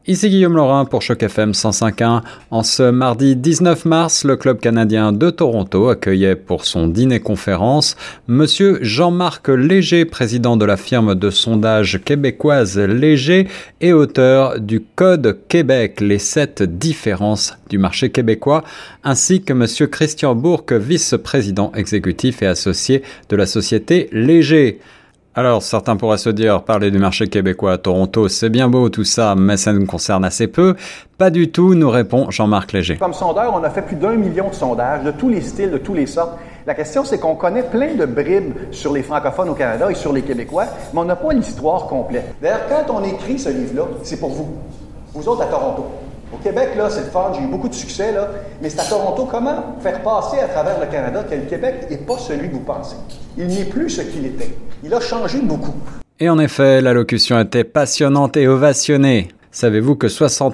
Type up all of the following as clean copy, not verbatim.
Ici Guillaume Laurin pour Choc FM 105.1. En ce mardi 19 mars, le Club canadien de Toronto accueillait pour son dîner-conférence Monsieur Jean-Marc Léger, président de la firme de sondage québécoise Léger et auteur du Code Québec, les 7 différences du marché québécois, ainsi que Monsieur Christian Bourque, vice-président exécutif et associé de la société Léger. Alors, certains pourraient se dire, parler du marché québécois à Toronto, c'est bien beau tout ça, mais ça nous concerne assez peu. Pas du tout, nous répond Jean-Marc Léger. Comme sondeur, on a fait plus d'1 million de sondages, de tous les styles, de tous les sortes. La question, c'est qu'on connaît plein de bribes sur les francophones au Canada et sur les Québécois, mais on n'a pas l'histoire complète. D'ailleurs, quand on écrit ce livre-là, c'est pour vous. Vous autres à Toronto. Au Québec, là, c'est le fun, j'ai eu beaucoup de succès, là, mais c'est à Toronto, comment faire passer à travers le Canada que le Québec n'est pas celui que vous pensez. Il n'est plus ce qu'il était. Il a changé beaucoup. Et en effet, l'allocution était passionnante et ovationnée. Savez-vous que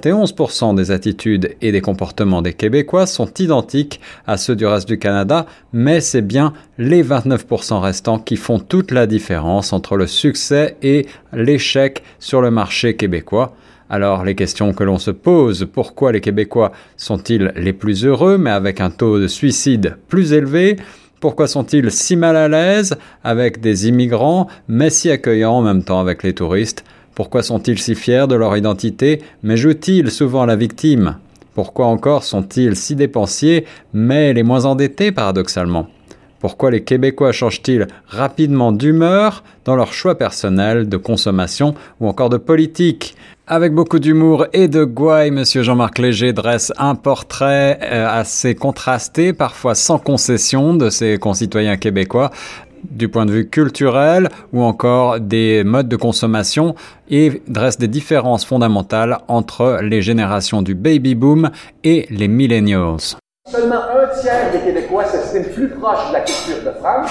71% des attitudes et des comportements des Québécois sont identiques à ceux du reste du Canada, mais c'est bien les 29% restants qui font toute la différence entre le succès et l'échec sur le marché québécois. Alors, les questions que l'on se pose, pourquoi les Québécois sont-ils les plus heureux, mais avec un taux de suicide plus élevé? Pourquoi sont-ils si mal à l'aise avec des immigrants, mais si accueillants en même temps avec les touristes? Pourquoi sont-ils si fiers de leur identité, mais jouent-ils souvent la victime? Pourquoi encore sont-ils si dépensiers, mais les moins endettés paradoxalement? Pourquoi les Québécois changent-ils rapidement d'humeur dans leur choix personnel de consommation ou encore de politique? Avec beaucoup d'humour et de gouaille, Monsieur Jean-Marc Léger dresse un portrait assez contrasté, parfois sans concession, de ses concitoyens québécois, du point de vue culturel ou encore des modes de consommation, et dresse des différences fondamentales entre les générations du baby-boom et les millennials. Seulement un tiers des Québécois s'estiment plus proches de la culture de France,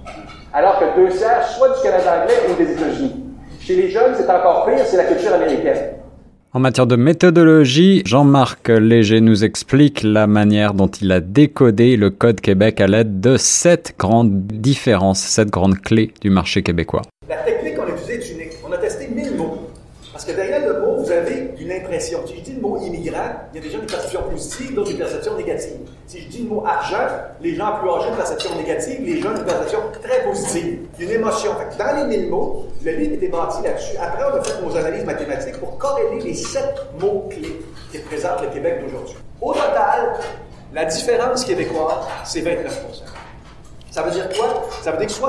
alors que 2 tiers soit du Canada anglais ou des États-Unis. Chez les jeunes, c'est encore pire, c'est la culture américaine. En matière de méthodologie, Jean-Marc Léger nous explique la manière dont il a décodé le Code Québec à l'aide de 7 grandes différences, 7 grandes clés du marché québécois. La technique qu'on a utilisée est unique. On a testé 1000 mots. Parce que derrière le mot, vous avez une impression. Si je dis le mot immigrant, il y a déjà une perception positive, d'autres une perception négative. Si je dis le mot argent, les gens plus âgés ont une perception négative, les jeunes une perception très positive. Une émotion. Fait que dans les 1000 mots, le livre était bâti là-dessus. Après, on a fait nos analyses mathématiques pour corréler les 7 mots-clés qui représentent le Québec d'aujourd'hui. Au total, la différence québécoise, c'est 29%. Ça veut dire quoi? Ça veut dire que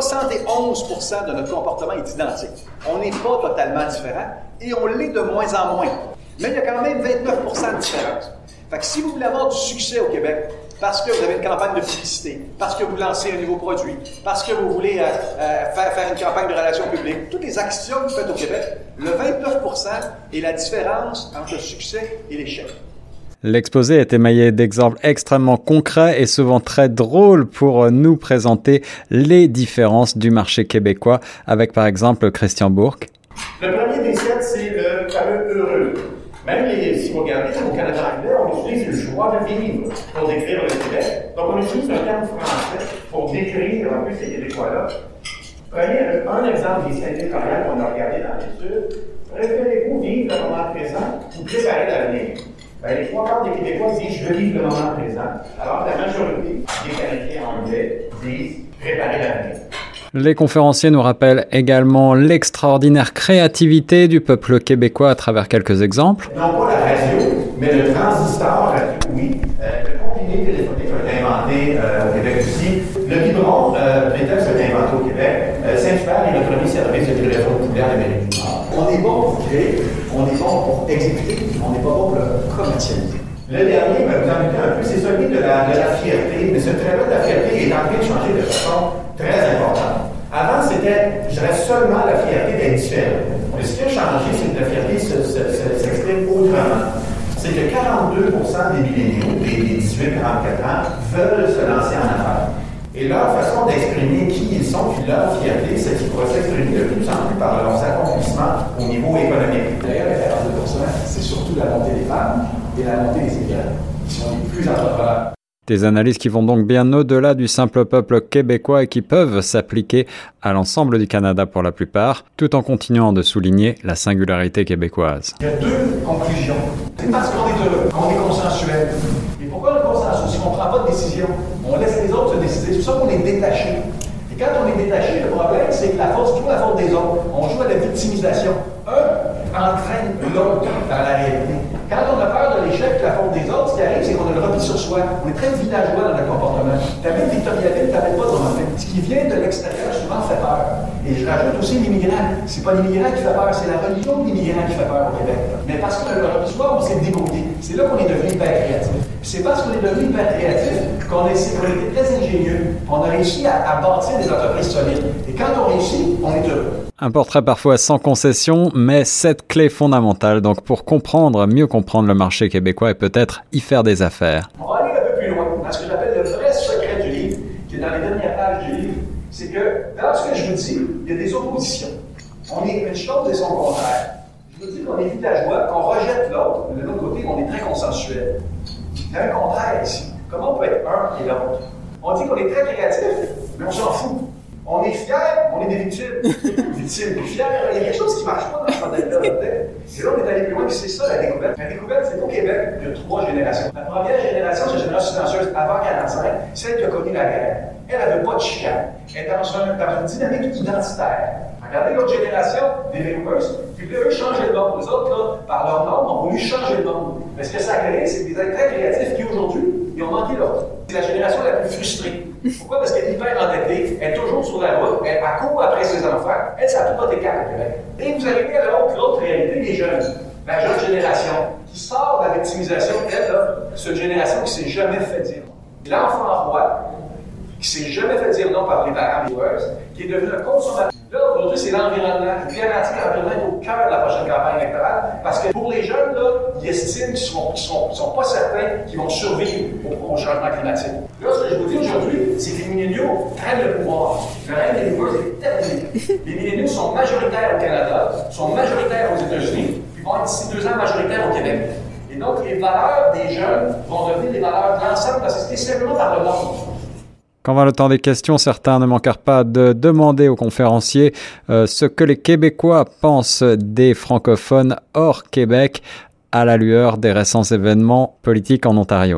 71% de notre comportement est identique. On n'est pas totalement différent et on l'est de moins en moins. Mais il y a quand même 29% de différence. Fait que si vous voulez avoir du succès au Québec, parce que vous avez une campagne de publicité, parce que vous lancez un nouveau produit, parce que vous voulez faire une campagne de relations publiques, toutes les actions que vous faites au Québec, le 29% est la différence entre le succès et l'échec. L'exposé est émaillé d'exemples extrêmement concrets et souvent très drôles pour nous présenter les différences du marché québécois avec par exemple Christian Bourque. Le premier des 7, c'est le fameux heureux. Même si vous regardez au Canada anglais, on utilise le joie de vivre pour décrire le Québec. Donc on utilise un terme français pour décrire un peu ces Québécois-là. Prenez un exemple des scènes éditoriales qu'on a regardé dans l'étude. Préférez-vous vivre le moment présent ou préparer l'avenir? Ben, les 3/4 des Québécois disent « je veux vivre le moment présent », alors que la majorité des Canadiens anglais disent « préparer l'avenir ». Les conférenciers nous rappellent également l'extraordinaire créativité du peuple québécois à travers quelques exemples. Non pas la radio, mais le transistor, oui. Le combiné téléphonique a été inventé au Québec aussi. Le biberon, prétexte a été inventé au Québec. Saint-Hubert est notre premier service de livraison populaire d'Amérique du Nord. On est bon pour créer, on est bon pour exécuter, on n'est pas bon pour le commercialiser. Le dernier, vous en doutez un peu, c'est celui de la fierté, mais ce trait-là de la fierté est en train de changer de façon très importante. Avant, c'était, je dirais, seulement la fierté d'être différent. Mais ce qui a changé, c'est que la fierté s'exprime autrement. C'est que 42% des milléniaux, des 18-44 ans, veulent se lancer en affaires. Et leur façon d'exprimer qui ils sont, puis leur fierté, c'est qu'ils pourraient s'exprimer de plus en plus par leurs accomplissements au niveau économique. D'ailleurs, les 42%, c'est surtout la montée des femmes et la montée des immigrants, qui sont les plus entrepreneurs. Des analyses qui vont donc bien au-delà du simple peuple québécois et qui peuvent s'appliquer à l'ensemble du Canada pour la plupart, tout en continuant de souligner la singularité québécoise. Il y a deux conclusions. C'est parce qu'on est heureux, qu'on est consensuel. Et pourquoi le consensus? Si on ne prend pas de décision, on laisse les autres se décider. C'est pour ça qu'on est détaché. Et quand on est détaché, le problème, c'est que la faute des autres. On joue à la victimisation. Un entraîne l'autre dans la réalité. Quand on a peur de l'échec de la faute des autres, ce qui arrive, c'est qu'on a le repli sur soi. On est très villageois dans notre comportement. Ta vie victoriaville, tu n'avais pas ton enfant. Ce qui vient de l'extérieur souvent fait peur. Et je rajoute aussi l'immigrant. C'est pas l'immigrant qui fait peur, c'est la religion de l'immigrant qui fait peur au Québec. Mais parce qu'on a le repli sur soi, on s'est dégoûté. C'est là qu'on est devenu hyper créatif. C'est parce qu'on est devenu hyper créatif qu'on a été très ingénieux. On a réussi à bâtir des entreprises solides. Et quand on réussit, on est heureux. Un portrait parfois sans concession, mais 7 clés fondamentales donc pour mieux comprendre le marché québécois et peut-être y faire des affaires. On va aller un peu plus loin dans ce que j'appelle le vrai secret du livre, qui est dans les dernières pages du livre. C'est que dans ce que je vous dis, il y a des oppositions. On est une chose et son contraire. Je vous dis qu'on est villageois, qu'on rejette l'autre, mais de l'autre côté, on est très consensuel. Il y a un contraire ici. Comment on peut être un et l'autre? On dit qu'on est très créatif, mais on s'en fout. On est fiers, on est des victimes. Victimes, fiers, il y a quelque chose qui ne marche pas dans ce modèle-là. Et là, on est allé plus loin, puis c'est ça la découverte. La découverte, c'est qu'au Québec, il y a 3 générations. La première génération, c'est la génération silencieuse avant 45, celle qui a connu la guerre. Elle n'avait pas de chicane. Elle est dans une dynamique identitaire. Regardez l'autre génération, des Boomers, puis là, eux changent le monde. Les autres, là, par leur nom, ont voulu changer le monde. Mais ce que ça a créé, c'est des êtres très créatifs qui, aujourd'hui, ils ont manqué leur. C'est la génération la plus frustrée. Pourquoi? Parce qu'elle est hyper endettée, elle est toujours sur la route, elle court après ses enfants, elle, ça n'a tout pas des cartes au Québec. Et vous arrivez à l'autre réalité, les jeunes. La jeune génération, qui sort de la victimisation, elle, là, cette génération qui ne s'est jamais fait dire. L'enfant roi, qui ne s'est jamais fait dire non par les parents viewers, qui est devenu un consommateur. Là, aujourd'hui, c'est l'environnement. Je garantis que l'environnement est au cœur de la prochaine campagne électorale, parce que pour les jeunes, là, ils estiment qu'ils ne sont pas certains qu'ils vont survivre au changement climatique. Là, ce que je vous dis aujourd'hui, c'est que les milléniaux prennent le pouvoir. Le règne des viewers est terminé. Les milléniaux sont majoritaires au Canada, sont majoritaires aux États-Unis, puis vont être d'ici 2 ans majoritaires au Québec. Et donc, les valeurs des jeunes vont devenir les valeurs de l'ensemble de la société, simplement par le monde. Quand va le temps des questions, certains ne manquèrent pas de demander aux conférenciers ce que les Québécois pensent des francophones hors Québec à la lueur des récents événements politiques en Ontario.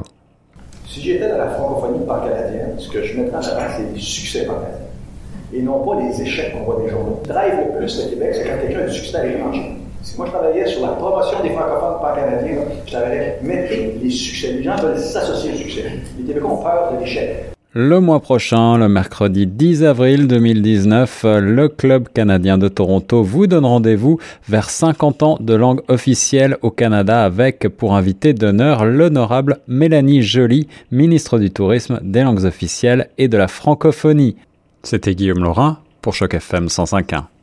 Si j'étais dans la francophonie pan-canadienne, ce que je mettrais en avant, c'est des succès pan-canadiens. Et non pas les échecs qu'on voit des journaux. Ce qui drive le plus le Québec, c'est quand quelqu'un a du succès à l'étranger. Si moi je travaillais sur la promotion des francophones pan-canadiens, je travaillerais, mettez les succès. Les gens veulent s'associer au succès. Les Québécois ont peur de l'échec. Le mois prochain, le mercredi 10 avril 2019, le Club canadien de Toronto vous donne rendez-vous vers 50 ans de langue officielle au Canada avec, pour invité d'honneur, l'honorable Mélanie Joly, ministre du Tourisme, des langues officielles et de la francophonie. C'était Guillaume Laurin pour Choc FM 105.1.